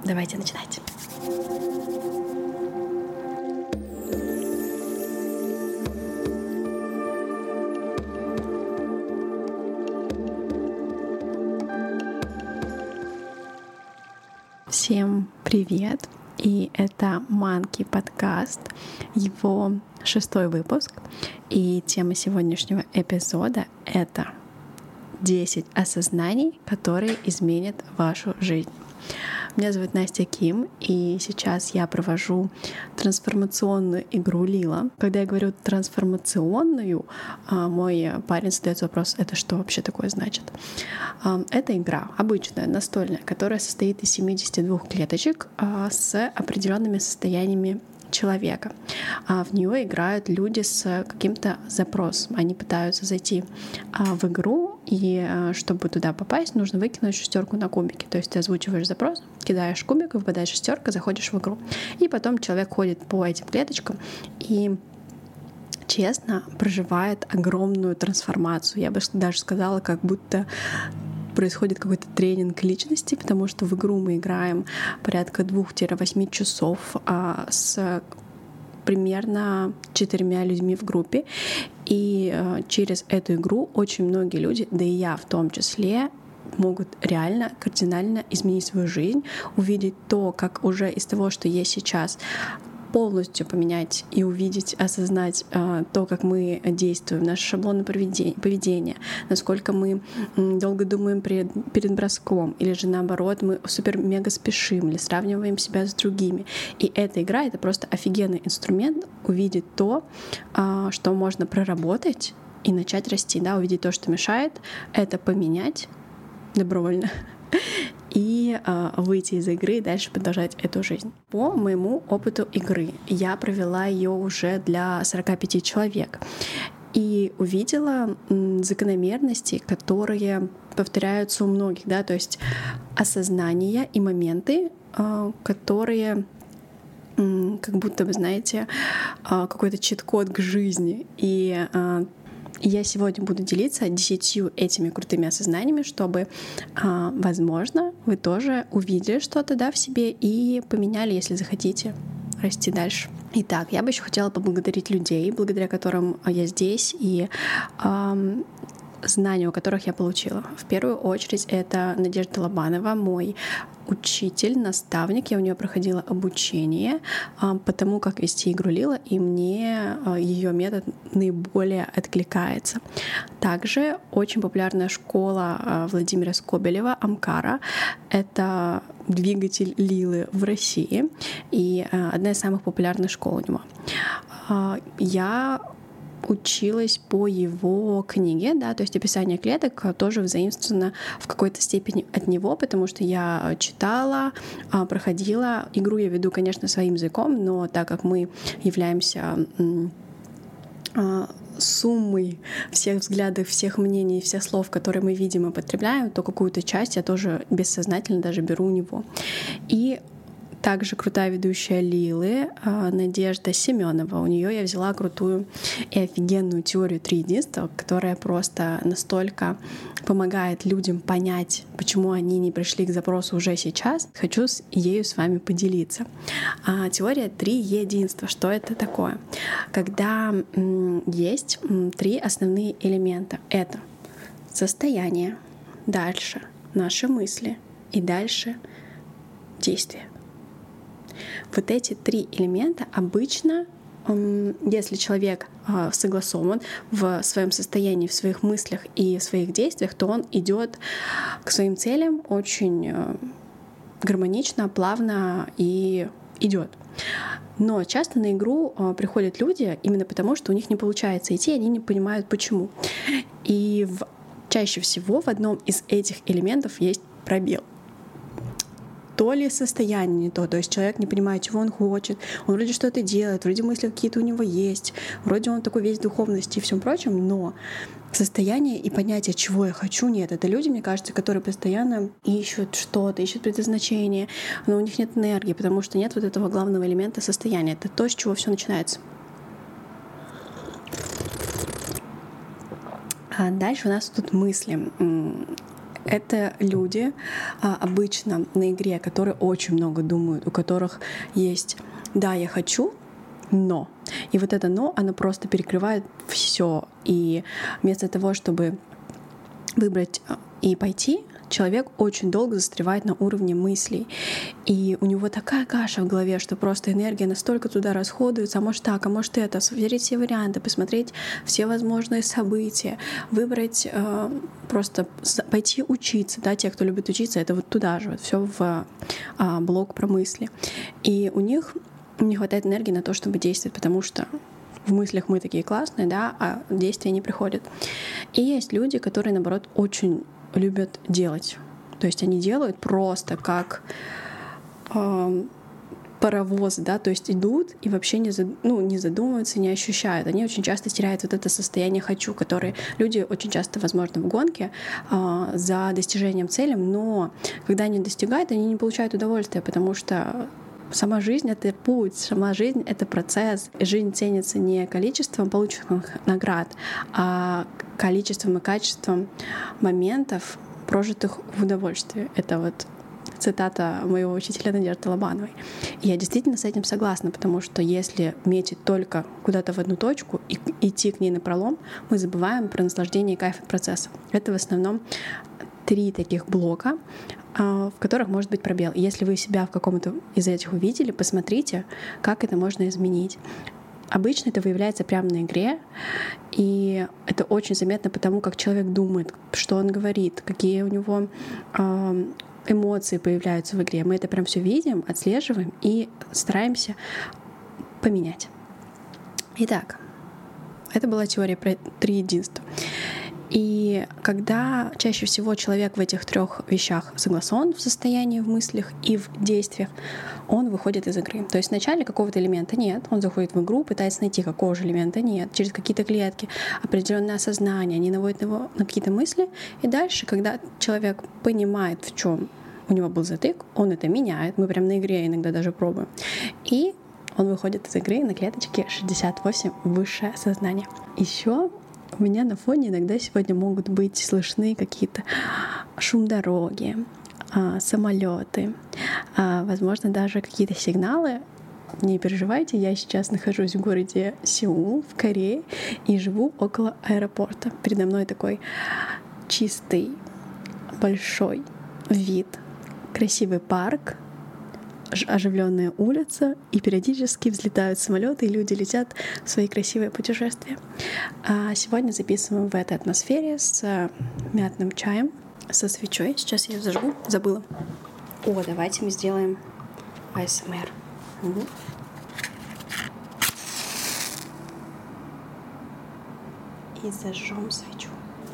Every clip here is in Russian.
давайте начинать. Всем привет! И это Манки подкаст, его 6-й выпуск. И тема сегодняшнего эпизода — это 10 осознаний, которые изменят вашу жизнь. Меня зовут Настя Ким, и сейчас я провожу трансформационную игру Лила. Когда я говорю трансформационную, мой парень задает вопрос: это что вообще такое значит? Это игра обычная, настольная, которая состоит из 72 клеточек с определенными состояниями человека. В нее играют люди с каким-то запросом. Они пытаются зайти в игру, и чтобы туда попасть, нужно выкинуть шестерку на кубики. То есть ты озвучиваешь запрос, кидаешь кубик, выпадает шестерка, заходишь в игру. И потом человек ходит по этим клеточкам и честно проживает огромную трансформацию. Я бы даже сказала, как будто происходит какой-то тренинг личности, потому что в игру мы играем порядка 2-8 часов с примерно 4 людьми в группе. И через эту игру очень многие люди, да и я в том числе, могут реально кардинально изменить свою жизнь, увидеть то, как уже из того, что есть сейчас, полностью поменять и увидеть, осознать то, как мы действуем, наши шаблоны поведения, насколько мы долго думаем перед броском, или же наоборот мы супер-мега спешим, или сравниваем себя с другими. И эта игра — это просто офигенный инструмент увидеть то, что можно проработать и начать расти, да, увидеть то, что мешает, это поменять добровольно и выйти из игры и дальше продолжать эту жизнь. По моему опыту игры я провела ее уже для 45 человек и увидела закономерности, которые повторяются у многих, да, то есть осознания и моменты, которые как будто бы, знаете, какой-то чит-код к жизни. И я сегодня буду делиться 10 этими крутыми осознаниями, чтобы, возможно, вы тоже увидели что-то, да, в себе и поменяли, если захотите расти дальше. Итак, я бы еще хотела поблагодарить людей, благодаря которым я здесь, и знания, у которых я получила. В первую очередь это Надежда Лобанова, мой учитель, наставник. Я у нее проходила обучение по тому, как вести игру Лила, и мне ее метод наиболее откликается. Также очень популярная школа Владимира Скобелева «Амкара». Это двигатель Лилы в России и одна из самых популярных школ у него. Я училась по его книге, да, то есть описание клеток тоже взаимствовано в какой-то степени от него, потому что я читала, проходила. Игру я веду, конечно, своим языком, но так как мы являемся суммой всех взглядов, всех мнений, всех слов, которые мы видим и потребляем, то какую-то часть я тоже бессознательно даже беру у него. И также крутая ведущая Лилы Надежда Семенова. У нее я взяла крутую и офигенную теорию 3 единства, которая просто настолько помогает людям понять, почему они не пришли к запросу уже сейчас. Хочу ею с вами поделиться. Теория 3 единства. Что это такое? Когда есть 3 основные элемента. Это состояние, дальше наши мысли и дальше действия. Вот эти 3 элемента обычно, если человек согласован в своем состоянии, в своих мыслях и в своих действиях, то он идет к своим целям очень гармонично, плавно и идет. Но часто на игру приходят люди именно потому, что у них не получается идти, они не понимают почему. И чаще всего в одном из этих элементов есть пробел. То ли состояние не то есть человек не понимает, чего он хочет, он вроде что-то делает, вроде мысли какие-то у него есть, вроде он такой весь духовности и всем прочем, но состояние и понятие, чего я хочу, нет. Это люди, мне кажется, которые постоянно ищут что-то, ищут предназначение, но у них нет энергии, потому что нет вот этого главного элемента состояния. Это то, с чего все начинается. А дальше у нас тут мысли. Это люди обычно на игре, которые очень много думают, у которых есть «да, я хочу», но. И вот это «но», оно просто перекрывает все. И вместо того, чтобы выбрать и пойти, человек очень долго застревает на уровне мыслей. И у него такая каша в голове, что просто энергия настолько туда расходуется, а может так, а может это, сверить все варианты, посмотреть все возможные события, выбрать просто пойти учиться, да, те, кто любит учиться, это вот туда же, вот все в блок про мысли. И у них не хватает энергии на то, чтобы действовать, потому что в мыслях мы такие классные, да, а действия не приходят. И есть люди, которые, наоборот, очень любят делать. То есть они делают просто как паровоз, да, то есть идут и вообще не задумываются, не ощущают. Они очень часто теряют вот это состояние «хочу», которое люди очень часто, возможно, в гонке за достижением цели, но когда они достигают, они не получают удовольствия, потому что сама жизнь — это путь, сама жизнь — это процесс. Жизнь ценится не количеством полученных наград, а количеством и качеством моментов, прожитых в удовольствии. Это вот цитата моего учителя Надежды Лобановой. И я действительно с этим согласна, потому что если метить только куда-то в одну точку и идти к ней напролом, мы забываем про наслаждение и кайф от процесса. Это в основном 3 таких блока, в которых может быть пробел. И если вы себя в каком-то из этих увидели, посмотрите, как это можно изменить. Обычно это выявляется прямо на игре, и это очень заметно по тому, как человек думает, что он говорит, какие у него эмоции появляются в игре. Мы это прям все видим, отслеживаем и стараемся поменять. Итак, это была теория про 3 единства. И когда чаще всего человек в этих 3 вещах согласован в состоянии, в мыслях и в действиях, он выходит из игры. То есть вначале какого-то элемента нет, он заходит в игру, пытается найти, какого же элемента нет, через какие-то клетки, определенное осознание, они наводят его на какие-то мысли. И дальше, когда человек понимает, в чем у него был затык, он это меняет. Мы прям на игре иногда даже пробуем. И он выходит из игры на клеточке 68 высшее сознание. Еще у меня на фоне иногда сегодня могут быть слышны какие-то шум дороги, самолеты, возможно, даже какие-то сигналы. Не переживайте, я сейчас нахожусь в городе Сеул, в Корее, и живу около аэропорта. Передо мной такой чистый, большой вид, красивый парк, оживленная улица, и периодически взлетают самолеты, и люди летят в свои красивые путешествия. А сегодня записываем в этой атмосфере с мятным чаем, со свечой. Сейчас я ее зажгу, забыла. Давайте мы сделаем АСМР. И зажжем свечу.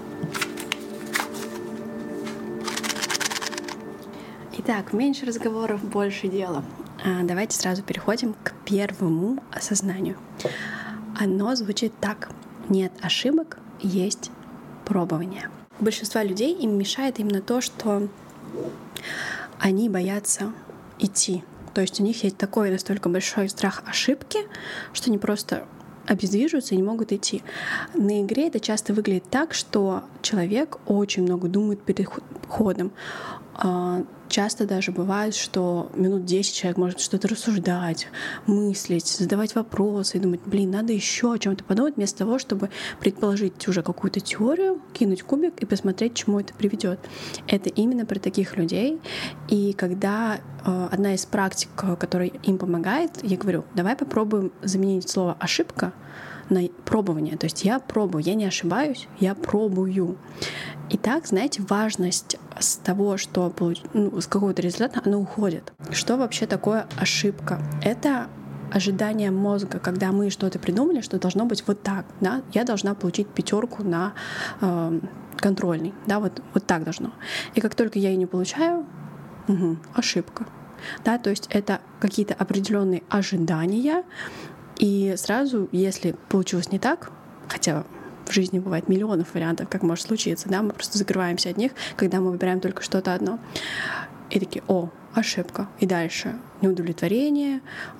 Итак, меньше разговоров, больше дела. Давайте сразу переходим к первому осознанию. Оно звучит так. Нет ошибок, есть пробование. У большинства людей им мешает именно то, что они боятся идти. То есть у них есть такой настолько большой страх ошибки, что они просто обездвиживаются и не могут идти. На игре это часто выглядит так, что человек очень много думает перед ходом. Часто даже бывает, что минут 10 человек может что-то рассуждать, мыслить, задавать вопросы и думать, надо еще о чем-то подумать, вместо того, чтобы предположить уже какую-то теорию, кинуть кубик и посмотреть, к чему это приведет. Это именно про таких людей. И когда одна из практик, которая им помогает, я говорю, давай попробуем заменить слово «ошибка» на пробование. То есть я пробую, я не ошибаюсь, я пробую. Итак, знаете, важность с того, что с какого-то результата, она уходит. Что вообще такое ошибка? Это ожидание мозга, когда мы что-то придумали, что должно быть вот так, да? Я должна получить 5 на контрольный, да, вот так должно. И как только я ее не получаю, ошибка. Да, то есть это какие-то определенные ожидания, и сразу, если получилось не так, хотя в жизни бывает миллионов вариантов, как может случиться, да, мы просто закрываемся от них, когда мы выбираем только что-то одно. И такие, ошибка. И дальше неудовлетворение,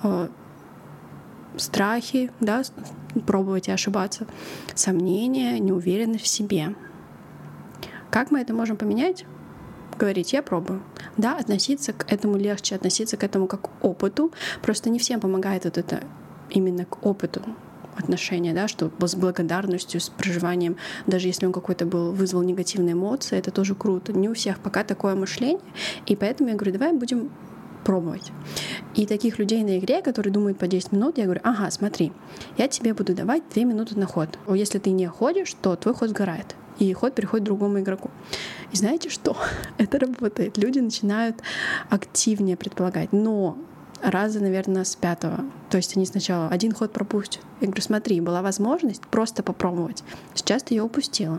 страхи, да, пробовать и ошибаться, сомнения, неуверенность в себе. Как мы это можем поменять? говорить: я пробую. Да, относиться к этому легче, относиться к этому как к опыту. Просто не всем помогает вот это именно к опыту отношения, да, что с благодарностью, с проживанием, даже если он какой-то вызвал негативные эмоции, это тоже круто. Не у всех пока такое мышление, и поэтому я говорю: давай будем пробовать. И таких людей на игре, которые думают по 10 минут, я говорю: ага, смотри, я тебе буду давать 2 минуты на ход. Если ты не ходишь, то твой ход сгорает, и ход переходит другому игроку. И знаете что? Это работает. Люди начинают активнее предполагать. Но раза, наверное, с 5-го. То есть они сначала один ход пропустят. Я говорю: смотри, была возможность просто попробовать. Сейчас ты ее упустила.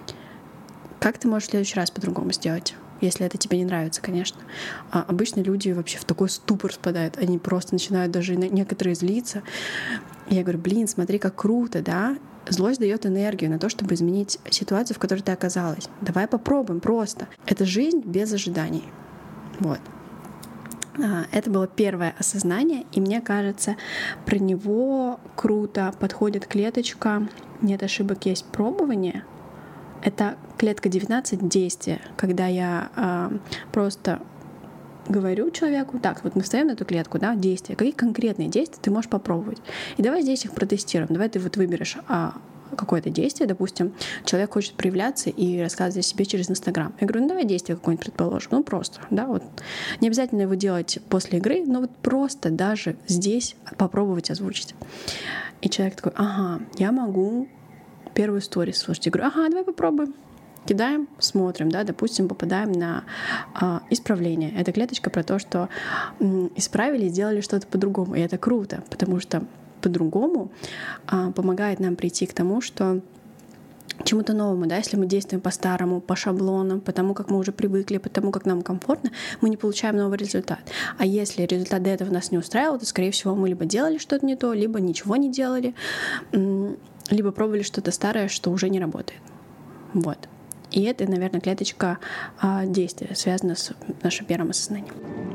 Как ты можешь в следующий раз по-другому сделать? Если это тебе не нравится, конечно. А обычно люди вообще в такой ступор спадают. Они просто начинают даже некоторые злиться. И я говорю: блин, смотри, как круто, да? Злость дает энергию на то, чтобы изменить ситуацию, в которой ты оказалась. Давай попробуем просто. Это жизнь без ожиданий. Вот. Это было первое осознание, и мне кажется, про него круто подходит клеточка «Нет ошибок, есть пробование». Это клетка 19 действия, когда я просто говорю человеку: так, вот мы встаем на эту клетку, да, действия. Какие конкретные действия ты можешь попробовать? И давай здесь их протестируем. Давай ты вот выберешь какое-то действие, допустим, человек хочет проявляться и рассказывать о себе через Инстаграм. Я говорю: ну давай действие какое-нибудь предположим. Ну просто, да, вот. Не обязательно его делать после игры, но вот просто даже здесь попробовать озвучить. И человек такой: ага, я могу первую сторис слушать. Я говорю: ага, давай попробуем. Кидаем, смотрим, да, допустим, попадаем на исправление. Это клеточка про то, что исправили, сделали что-то по-другому. И это круто, потому что по-другому помогает нам прийти к тому, что чему-то новому, да, если мы действуем по-старому, по шаблонам, потому как мы уже привыкли, потому как нам комфортно, мы не получаем новый результат. А если результат до этого нас не устраивал, то, скорее всего, мы либо делали что-то не то, либо ничего не делали, либо пробовали что-то старое, что уже не работает. Вот. И это, наверное, клеточка действия, связана с нашим первым осознанием.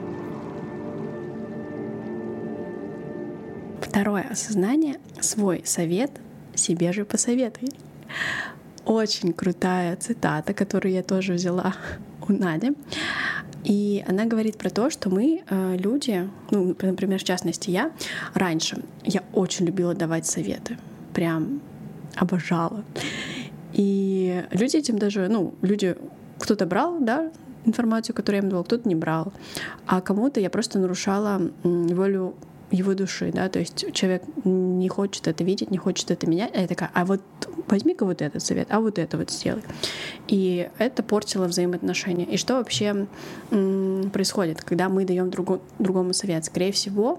Второе осознание — свой совет себе же посоветуй. Очень крутая цитата, которую я тоже взяла у Нади. И она говорит про то, что мы, люди, ну, например, в частности, я очень любила давать советы. Прям обожала. И люди этим даже, кто-то брал, да, информацию, которую я им давала, кто-то не брал. А кому-то я просто нарушала волю его души, да, то есть человек не хочет это видеть, не хочет это менять, а я такая: а вот возьми-ка вот этот совет, а вот это вот сделай. И это портило взаимоотношения. И что вообще происходит, когда мы даем другому совет? Скорее всего,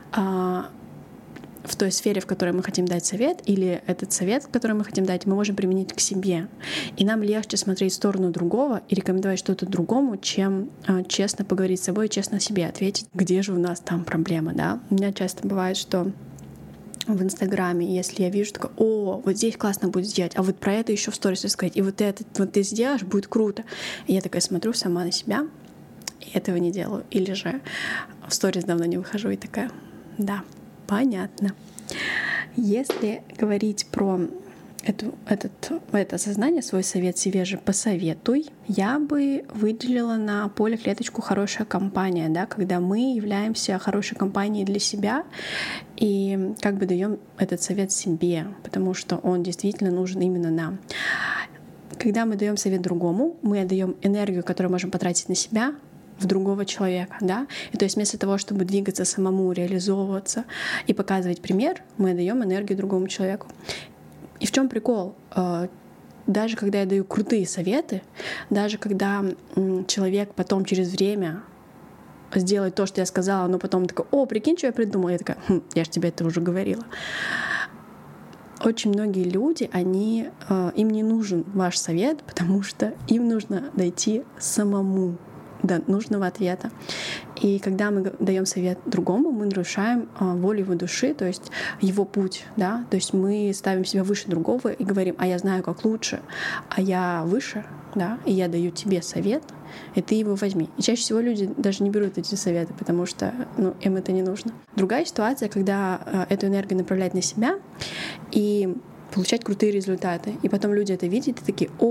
в той сфере, в которой мы хотим дать совет, или этот совет, который мы хотим дать, мы можем применить к себе. И нам легче смотреть в сторону другого и рекомендовать что-то другому, чем честно поговорить с собой и честно себе ответить, где же у нас там проблема, да. У меня часто бывает, что в Инстаграме, если я вижу, такое: о, вот здесь классно будет сделать, а вот про это еще в сторис сказать, и вот это вот ты сделаешь, будет круто. И я такая смотрю сама на себя и этого не делаю. Или же в сторис давно не выхожу и такая: да, понятно. Если говорить про это осознание, свой совет себе же посоветуй, я бы выделила на поле клеточку «хорошая компания», да, когда мы являемся хорошей компанией для себя и как бы даем этот совет себе, потому что он действительно нужен именно нам. Когда мы даем совет другому, мы отдаем энергию, которую можем потратить на себя, в другого человека, да. И то есть вместо того, чтобы двигаться самому, реализовываться и показывать пример, мы даем энергию другому человеку. И в чем прикол? Даже когда я даю крутые советы, даже когда человек потом через время сделает то, что я сказала, но потом такой: о, прикинь, что я придумала. Я такая: я же тебе это уже говорила. Очень многие люди, им не нужен ваш совет, потому что им нужно дойти самому до нужного ответа. И когда мы даем совет другому, мы нарушаем волю его души, то есть его путь, да, то есть мы ставим себя выше другого и говорим: а я знаю, как лучше, а я выше, да, и я даю тебе совет, и ты его возьми. И чаще всего люди даже не берут эти советы, потому что им это не нужно. Другая ситуация, когда эту энергию направлять на себя и получать крутые результаты. И потом люди это видят и такие: о,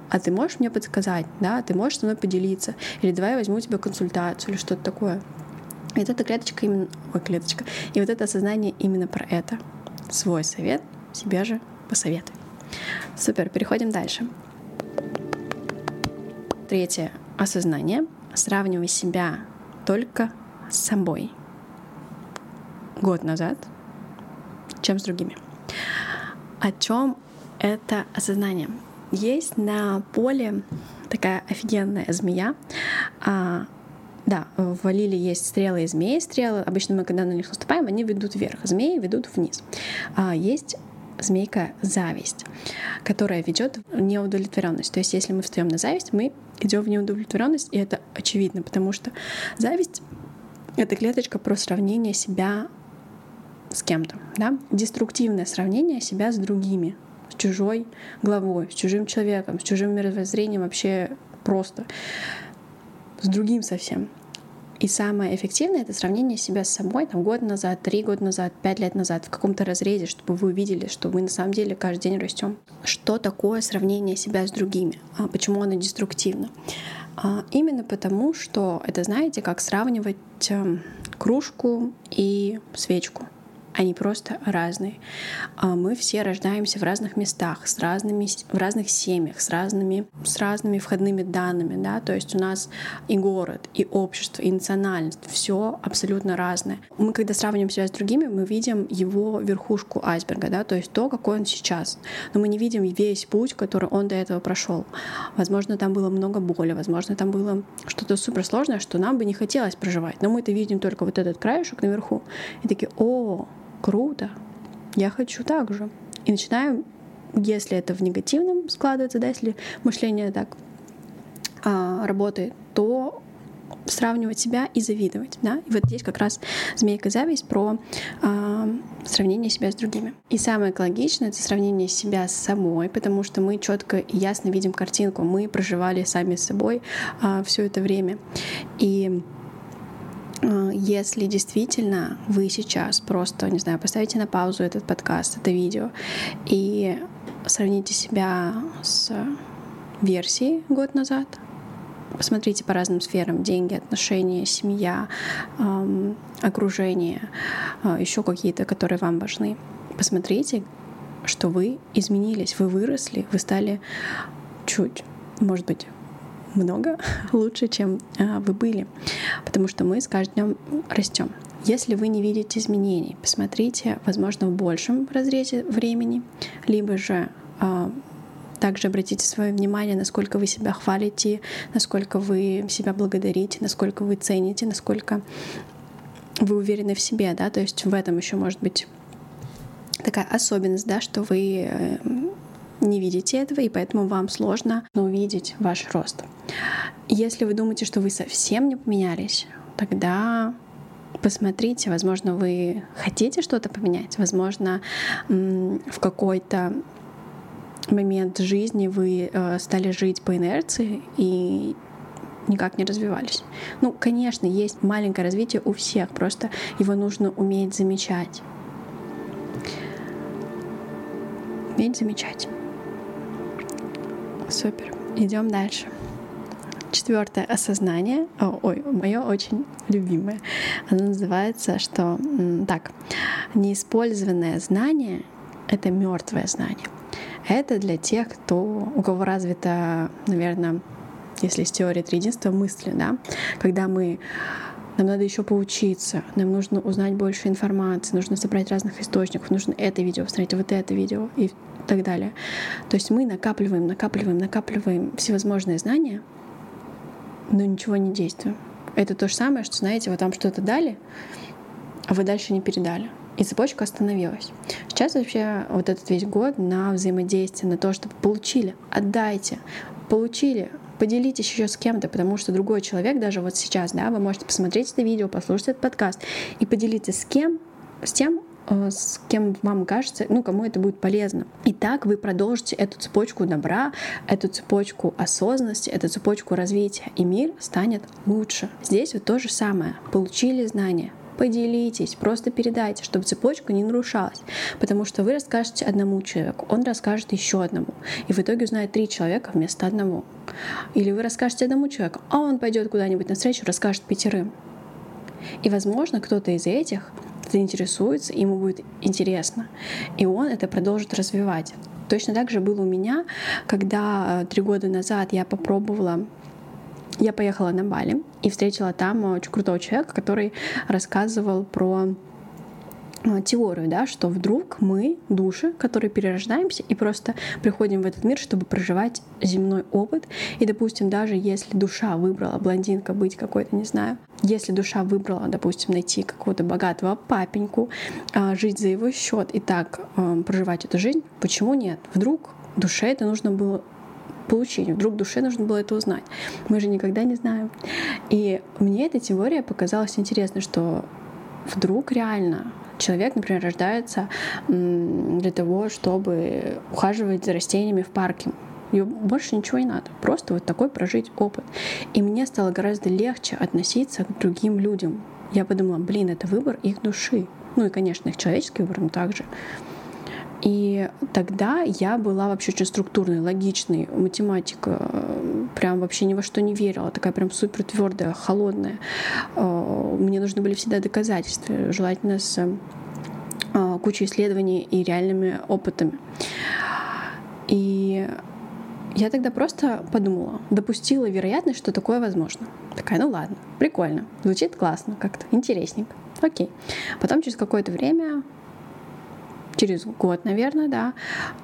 а ты можешь мне подсказать, да, ты можешь со мной поделиться, или давай я возьму у тебя консультацию, или что-то такое. И вот эта клеточка именно, и вот это осознание именно про это. Свой совет себе же посоветуй. Супер, переходим дальше. Третье осознание. Сравнивай себя только с собой год назад, чем с другими. О чем это осознание? Есть на поле такая офигенная змея. Да, в Лиле есть стрелы и змеи. Стрелы, обычно мы, когда на них наступаем, они ведут вверх, змеи ведут вниз. Есть змейка зависть, которая ведет в неудовлетворенность. То есть, если мы встаем на зависть, мы идем в неудовлетворенность, и это очевидно, потому что зависть — это клеточка про сравнение себя с кем-то, да? Деструктивное сравнение себя с другими, с чужой главой, с чужим человеком, с чужим мировоззрением, вообще просто с другим совсем. И самое эффективное — это сравнение себя с собой там, год назад, 3 года назад, 5 лет назад, в каком-то разрезе, чтобы вы увидели, что мы на самом деле каждый день растем. Что такое сравнение себя с другими? Почему оно деструктивно? Именно потому, что это, знаете, как сравнивать кружку и свечку. Они просто разные. Мы все рождаемся в разных местах, в разных семьях, с разными входными данными. Да? То есть у нас и город, и общество, и национальность — все абсолютно разное. Мы, когда сравниваем себя с другими, мы видим его верхушку айсберга, да? То есть то, какой он сейчас. Но мы не видим весь путь, который он до этого прошел. Возможно, там было много боли, возможно, там было что-то суперсложное, что нам бы не хотелось проживать. Но мы-то видим только вот этот краешек наверху и такие: о, круто, я хочу так же. И начинаем, если это в негативном складывается, да, если мышление так работает, то сравнивать себя и завидовать. Да? И вот здесь как раз змейка зависть про сравнение себя с другими. И самое экологичное — это сравнение себя с собой, потому что мы четко и ясно видим картинку. Мы проживали сами с собой все это время. И если действительно вы сейчас просто, не знаю, поставите на паузу этот подкаст, это видео, и сравните себя с версией год назад, посмотрите по разным сферам: деньги, отношения, семья, окружение, еще какие-то, которые вам важны. Посмотрите, что вы изменились, вы выросли, вы стали чуть, может быть, много лучше, чем вы были, потому что мы с каждым днем растем. Если вы не видите изменений, посмотрите, возможно, в большем разрезе времени, либо же также обратите свое внимание, насколько вы себя хвалите, насколько вы себя благодарите, насколько вы цените, насколько вы уверены в себе, да, то есть в этом еще может быть такая особенность, да, что вы не видите этого, и поэтому вам сложно увидеть ваш рост. Если вы думаете, что вы совсем не поменялись, тогда посмотрите, возможно, вы хотите что-то поменять, возможно, в какой-то момент жизни вы стали жить по инерции и никак не развивались. Ну, конечно, есть маленькое развитие у всех, просто его нужно уметь замечать. Уметь замечать. Супер. Идем дальше. 4 осознание, мое очень любимое. Оно называется, что неиспользованное знание — это мертвое знание. Это для тех, у кого развита, наверное, если из теории триединства, мысли, да, когда нам надо еще поучиться, нам нужно узнать больше информации, нужно собрать разных источников, нужно это видео посмотреть, вот это видео и так далее. То есть мы накапливаем всевозможные знания, но ничего не действуем. Это то же самое, что, знаете, вот вам что-то дали, а вы дальше не передали. И цепочка остановилась. Сейчас вообще вот этот весь год на взаимодействие, на то, чтобы получили, отдайте, получили, поделитесь еще с кем-то, потому что другой человек, даже вот сейчас, да, вы можете посмотреть это видео, послушать этот подкаст и поделиться с тем, с кем вам кажется, кому это будет полезно. И так вы продолжите эту цепочку добра, эту цепочку осознанности, эту цепочку развития, и мир станет лучше. Здесь вот то же самое. Получили знания, поделитесь, просто передайте, чтобы цепочка не нарушалась. Потому что вы расскажете одному человеку, он расскажет еще одному. И в итоге узнает 3 человека вместо одного. Или вы расскажете одному человеку, а он пойдет куда-нибудь на встречу, расскажет 5. И, возможно, кто-то из этих заинтересуется, ему будет интересно. И он это продолжит развивать. Точно так же было у меня, когда 3 года назад я поехала на Бали и встретила там очень крутого человека, который рассказывал про теорию, да, что вдруг мы, души, которые перерождаемся и просто приходим в этот мир, чтобы проживать земной опыт. И, допустим, даже если душа выбрала, блондинка, быть какой-то, не знаю, если душа выбрала, допустим, найти какого-то богатого папеньку, жить за его счет и так проживать эту жизнь, почему нет? Вдруг душе это нужно было получить, вдруг душе нужно было это узнать. Мы же никогда не знаем. И мне эта теория показалась интересной, что вдруг реально человек, например, рождается для того, чтобы ухаживать за растениями в парке. Ее больше ничего не надо. Просто вот такой прожить опыт. И мне стало гораздо легче относиться к другим людям. Я подумала, это выбор их души. Ну и, конечно, их человеческий выбор, но также. И тогда я была вообще очень структурной, логичной, математика, прям вообще ни во что не верила, такая прям супер твердая, холодная. Мне нужны были всегда доказательства, желательно с кучей исследований и реальными опытами. И я тогда просто подумала, допустила вероятность, что такое возможно. Такая, ну ладно, прикольно, звучит классно как-то, интересненько, окей. Потом через какое-то время, через год, наверное, да,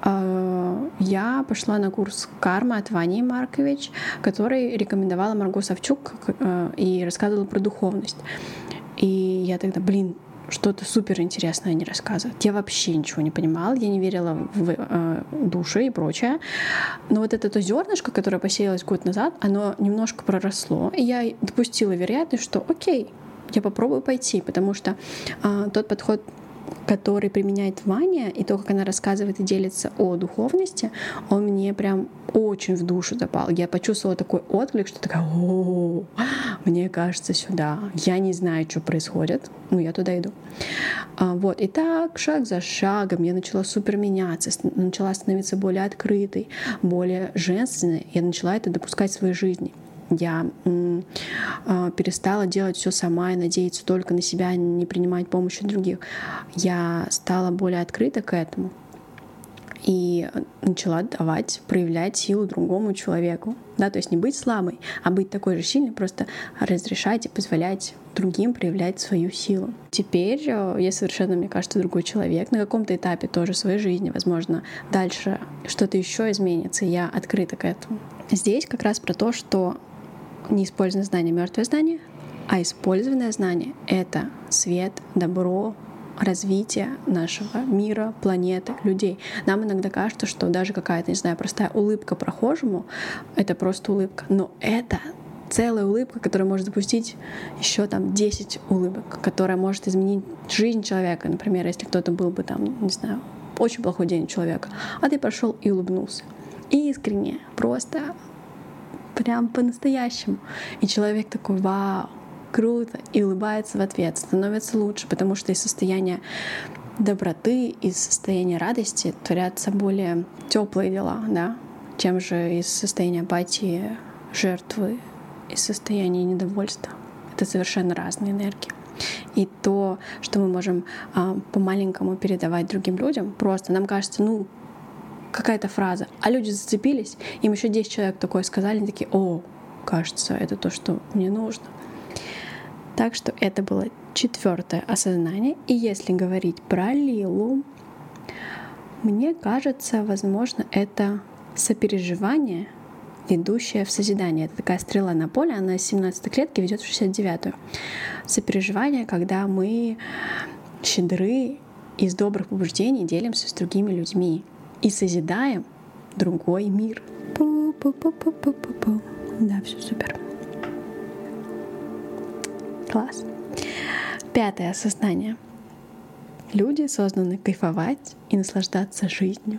я пошла на курс кармы от Вани Маркович, который рекомендовала Марго Савчук и рассказывала про духовность. И я тогда, что-то супер интересное они рассказывают. Я вообще ничего не понимала, я не верила в души и прочее. Но вот это то зернышко, которое посеялось год назад, оно немножко проросло, и я допустила вероятность, что окей, я попробую пойти, потому что тот подход, который применяет Ваня, и то, как она рассказывает и делится о духовности, он мне прям очень в душу запал. Я почувствовала такой отклик, что такая, мне кажется, сюда. Я не знаю, что происходит, я туда иду. Вот. И так, шаг за шагом я начала супер меняться, начала становиться более открытой, более женственной. Я начала это допускать в своей жизни. Я перестала делать все сама и надеяться только на себя, не принимать помощи других. Я стала более открыта к этому и начала проявлять силу другому человеку. Да, то есть не быть слабой, а быть такой же сильной, просто разрешать и позволять другим проявлять свою силу. Теперь я совершенно, мне кажется, другой человек. На каком-то этапе тоже своей жизни, возможно, дальше что-то еще изменится, и я открыта к этому. Здесь как раз про то, что неиспользованное знание — мертвое знание, а использованное знание — это свет, добро, развитие нашего мира, планеты, людей. Нам иногда кажется, что даже какая-то, не знаю, простая улыбка прохожему — это просто улыбка. Но это целая улыбка, которая может запустить еще 10 улыбок, которая может изменить жизнь человека. Например, если кто-то был бы не знаю, очень плохой день у человека, а ты пошел и улыбнулся. Искренне, просто прям по-настоящему. И человек такой, вау, круто, и улыбается в ответ, становится лучше, потому что из состояния доброты, из состояния радости творятся более теплые дела, да, чем же из состояния апатии, жертвы, из состояния недовольства. Это совершенно разные энергии. И то, что мы можем по-маленькому передавать другим людям, просто нам кажется, какая-то фраза, а люди зацепились, им еще 10 человек такое сказали, они такие, кажется, это то, что мне нужно. Так что это было 4-е осознание. И если говорить про Лилу, мне кажется, возможно, это сопереживание, ведущее в созидание. Это такая стрела на поле, она с 17-й клетки ведет в 69-ю. Сопереживание, когда мы щедры, из добрых побуждений делимся с другими людьми и созидаем другой мир. Пу-пу-пу-пу-пу-пу. Да, все супер. Класс. 5-е осознание. Люди созданы кайфовать и наслаждаться жизнью.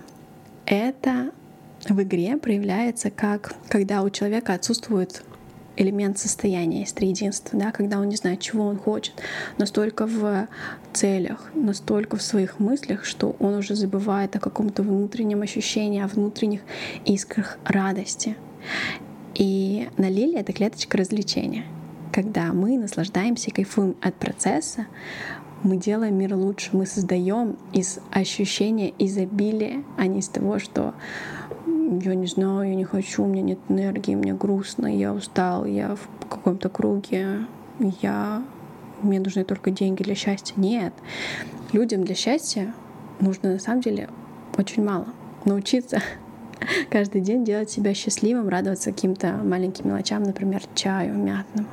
Это в игре проявляется как, когда у человека отсутствует элемент состояния есть триединства, да, когда он не знает, чего он хочет, настолько в целях, настолько в своих мыслях, что он уже забывает о каком-то внутреннем ощущении, о внутренних искрах радости. И на лилии — это клеточка развлечения. Когда мы наслаждаемся и кайфуем от процесса, мы делаем мир лучше, мы создаем из ощущения изобилия, а не из того, что я не знаю, я не хочу, у меня нет энергии, мне грустно, я устал, я в каком-то круге, мне нужны только деньги для счастья. Нет. Людям для счастья нужно на самом деле очень мало. Научиться каждый день делать себя счастливым, радоваться каким-то маленьким мелочам, например, чаю мятному.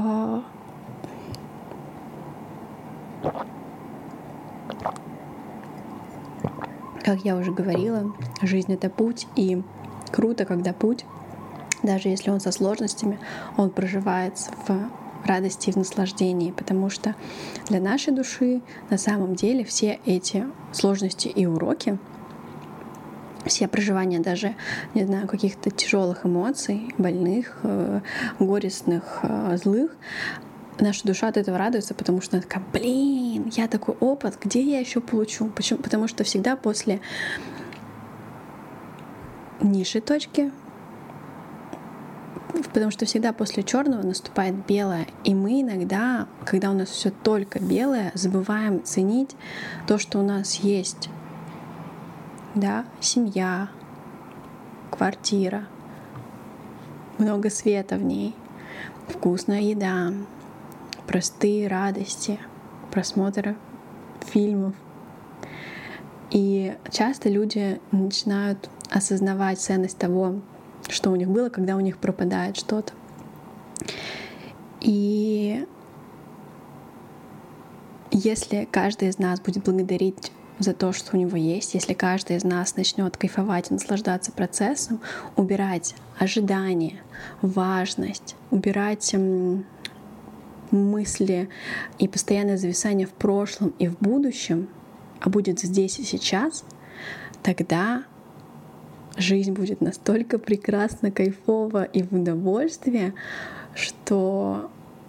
Как я уже говорила, жизнь — это путь, и круто, когда путь, даже если он со сложностями, он проживается в радости и в наслаждении, потому что для нашей души на самом деле все эти сложности и уроки, все проживания даже, не знаю, каких-то тяжелых эмоций, больных, горестных, злых, наша душа от этого радуется, потому что она такая: блин, я такой опыт, где я еще получу? Почему? Потому что всегда после низшей точки, потому что всегда после черного наступает белое. И мы иногда, когда у нас все только белое, забываем ценить то, что у нас есть. Да, семья, квартира, много света в ней, вкусная еда, простые радости, просмотр фильмов. И часто люди начинают осознавать ценность того, что у них было, когда у них пропадает что-то. И если каждый из нас будет благодарить за то, что у него есть, если каждый из нас начнет кайфовать и наслаждаться процессом, убирать ожидания, важность, убирать мысли и постоянное зависание в прошлом и в будущем, а будет здесь и сейчас, тогда жизнь будет настолько прекрасна, кайфова и в удовольствие, что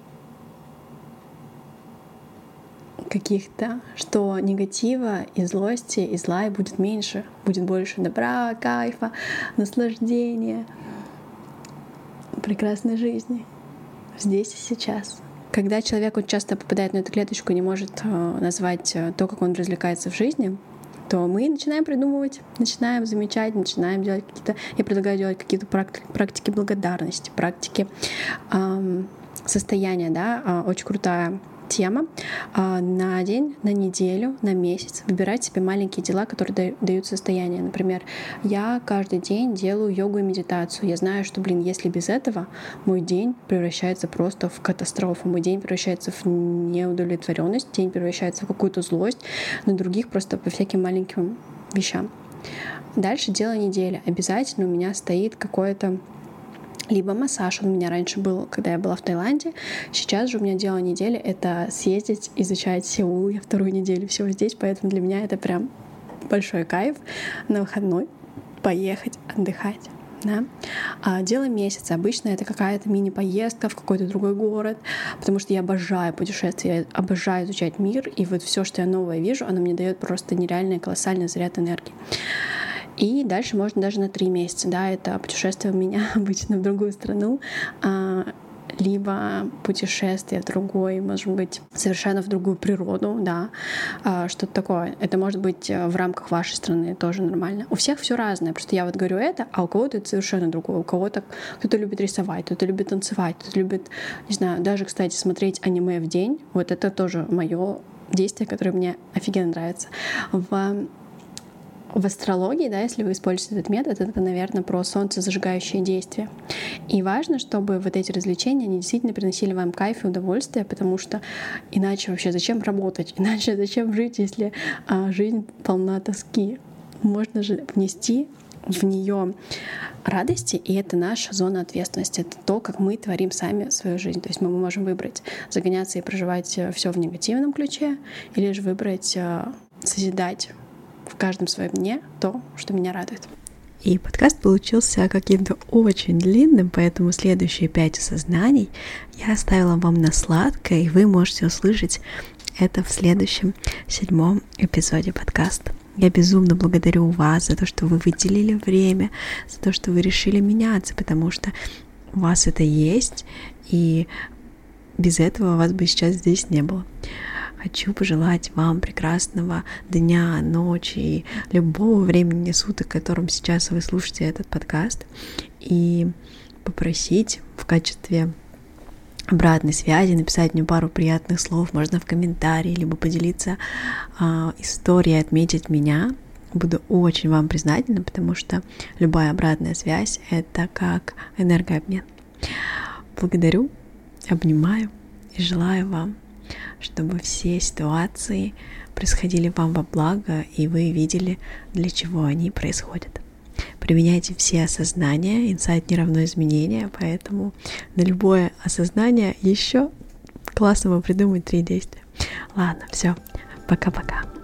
негатива и злости и зла будет меньше, будет больше добра, кайфа, наслаждения, прекрасной жизни здесь и сейчас. Когда человек часто попадает на эту клеточку и не может назвать то, как он развлекается в жизни, то мы начинаем придумывать, начинаем замечать, начинаем делать какие-то... Я предлагаю делать какие-то практики благодарности, практики состояния, да, очень крутая тема. На день, на неделю, на месяц выбирать себе маленькие дела, которые дают состояние. Например, я каждый день делаю йогу и медитацию. Я знаю, что, если без этого мой день превращается просто в катастрофу. Мой день превращается в неудовлетворенность, день превращается в какую-то злость на других просто по всяким маленьким вещам. Дальше дело недели. Обязательно у меня стоит какое-то либо массаж, он у меня раньше был, когда я была в Таиланде. Сейчас же у меня дело недели — это съездить, изучать Сеул. Я вторую неделю всего здесь, поэтому для меня это прям большой кайф на выходной поехать отдыхать. Да? А дело месяца обычно это какая-то мини-поездка в какой-то другой город, потому что я обожаю путешествия, я обожаю изучать мир, и вот все, что я новое вижу, оно мне дает просто нереальный колоссальный заряд энергии. И дальше можно даже на 3 месяца, да, это путешествие у меня обычно в другую страну, либо путешествие в другой, может быть, совершенно в другую природу, да, что-то такое. Это может быть в рамках вашей страны, тоже нормально. У всех все разное, просто я вот говорю это, а у кого-то это совершенно другое. У кого-то кто-то любит рисовать, кто-то любит танцевать, кто-то любит, не знаю, даже, кстати, смотреть аниме в день. Вот это тоже мое действие, которое мне офигенно нравится. В астрологии, да, если вы используете этот метод, это, наверное, про солнцезажигающее действие. И важно, чтобы вот эти развлечения, они действительно приносили вам кайф и удовольствие, потому что иначе вообще зачем работать? Иначе зачем жить, если жизнь полна тоски? Можно же внести в нее радости, и это наша зона ответственности. Это то, как мы творим сами свою жизнь. То есть мы можем выбрать загоняться и проживать все в негативном ключе, или же выбрать созидать в каждом своем дне то, что меня радует. И подкаст получился каким-то очень длинным, поэтому следующие 5 осознаний я оставила вам на сладкое, и вы можете услышать это в следующем 7 эпизоде подкаста. Я безумно благодарю вас за то, что вы выделили время, за то, что вы решили меняться, потому что у вас это есть, и без этого вас бы сейчас здесь не было. Хочу пожелать вам прекрасного дня, ночи и любого времени суток, в котором сейчас вы слушаете этот подкаст, и попросить в качестве обратной связи написать мне пару приятных слов, можно в комментарии, либо поделиться историей, отметить меня. Буду очень вам признательна, потому что любая обратная связь — это как энергообмен. Благодарю, обнимаю и желаю вам, чтобы все ситуации происходили вам во благо, и вы видели, для чего они происходят. Применяйте все осознания, инсайт не равно изменения, поэтому на любое осознание еще классно придумать 3 действия. Ладно, все, пока-пока.